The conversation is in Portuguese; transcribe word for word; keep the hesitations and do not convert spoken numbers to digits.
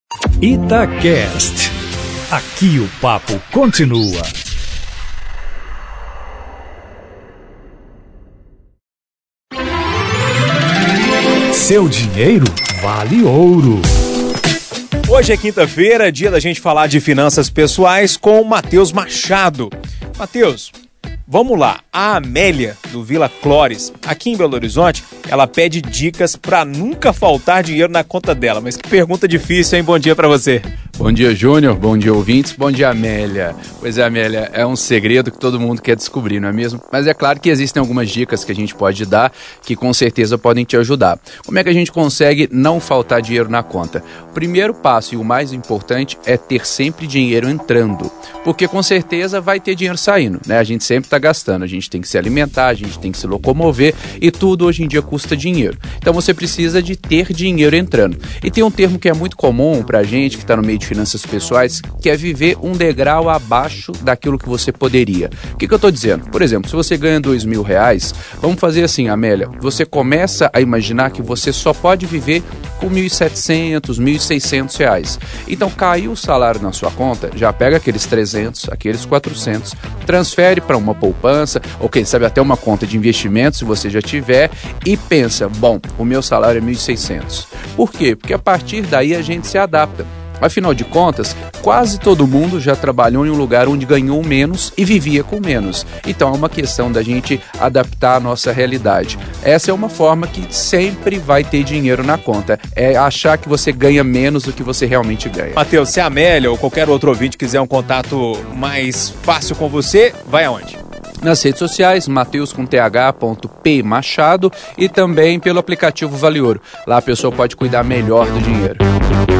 Itacast. Aqui o papo continua. Seu dinheiro vale ouro. Hoje é quinta-feira, dia da gente falar de finanças pessoais com o Matheus Machado. Matheus, vamos lá. A Amélia, do Vila Clores, aqui em Belo Horizonte, ela pede dicas para nunca faltar dinheiro na conta dela. Mas que pergunta difícil, hein? Bom dia para você. Bom dia, Júnior. Bom dia, ouvintes. Bom dia, Amélia. Pois é, Amélia, é um segredo que todo mundo quer descobrir, não é mesmo? Mas é claro que existem algumas dicas que a gente pode dar que com certeza podem te ajudar. Como é que a gente consegue não faltar dinheiro na conta? O primeiro passo e o mais importante é ter sempre dinheiro entrando, porque com certeza vai ter dinheiro saindo, né? A gente sempre está gastando, a gente tem que se alimentar, a gente tem que se locomover e tudo hoje em dia custa dinheiro. Então você precisa de ter dinheiro entrando. E tem um termo que é muito comum pra gente que está no meio de finanças pessoais, que é viver um degrau abaixo daquilo que você poderia. O que, que eu estou dizendo? Por exemplo, se você ganha dois mil reais, vamos fazer assim, Amélia, você começa a imaginar que você só pode viver com mil e setecentos, mil e seiscentos reais. Então caiu o salário na sua conta, já pega aqueles trezentos, aqueles quatrocentos, transfere para uma poupança, ou quem sabe até uma conta de investimento, se você já tiver, e pensa, bom, o meu salário é mil e seiscentos. Por quê? Porque a partir daí a gente se adapta. Afinal de contas, quase todo mundo já trabalhou em um lugar onde ganhou menos e vivia com menos. Então é uma questão da gente adaptar a nossa realidade. Essa é uma forma que sempre vai ter dinheiro na conta. É achar que você ganha menos do que você realmente ganha. Matheus, se a Amélia ou qualquer outro ouvinte quiser um contato mais fácil com você, vai aonde? Nas redes sociais, Mateus com th.p Machado e também pelo aplicativo Vale Ouro. Lá a pessoa pode cuidar melhor do dinheiro.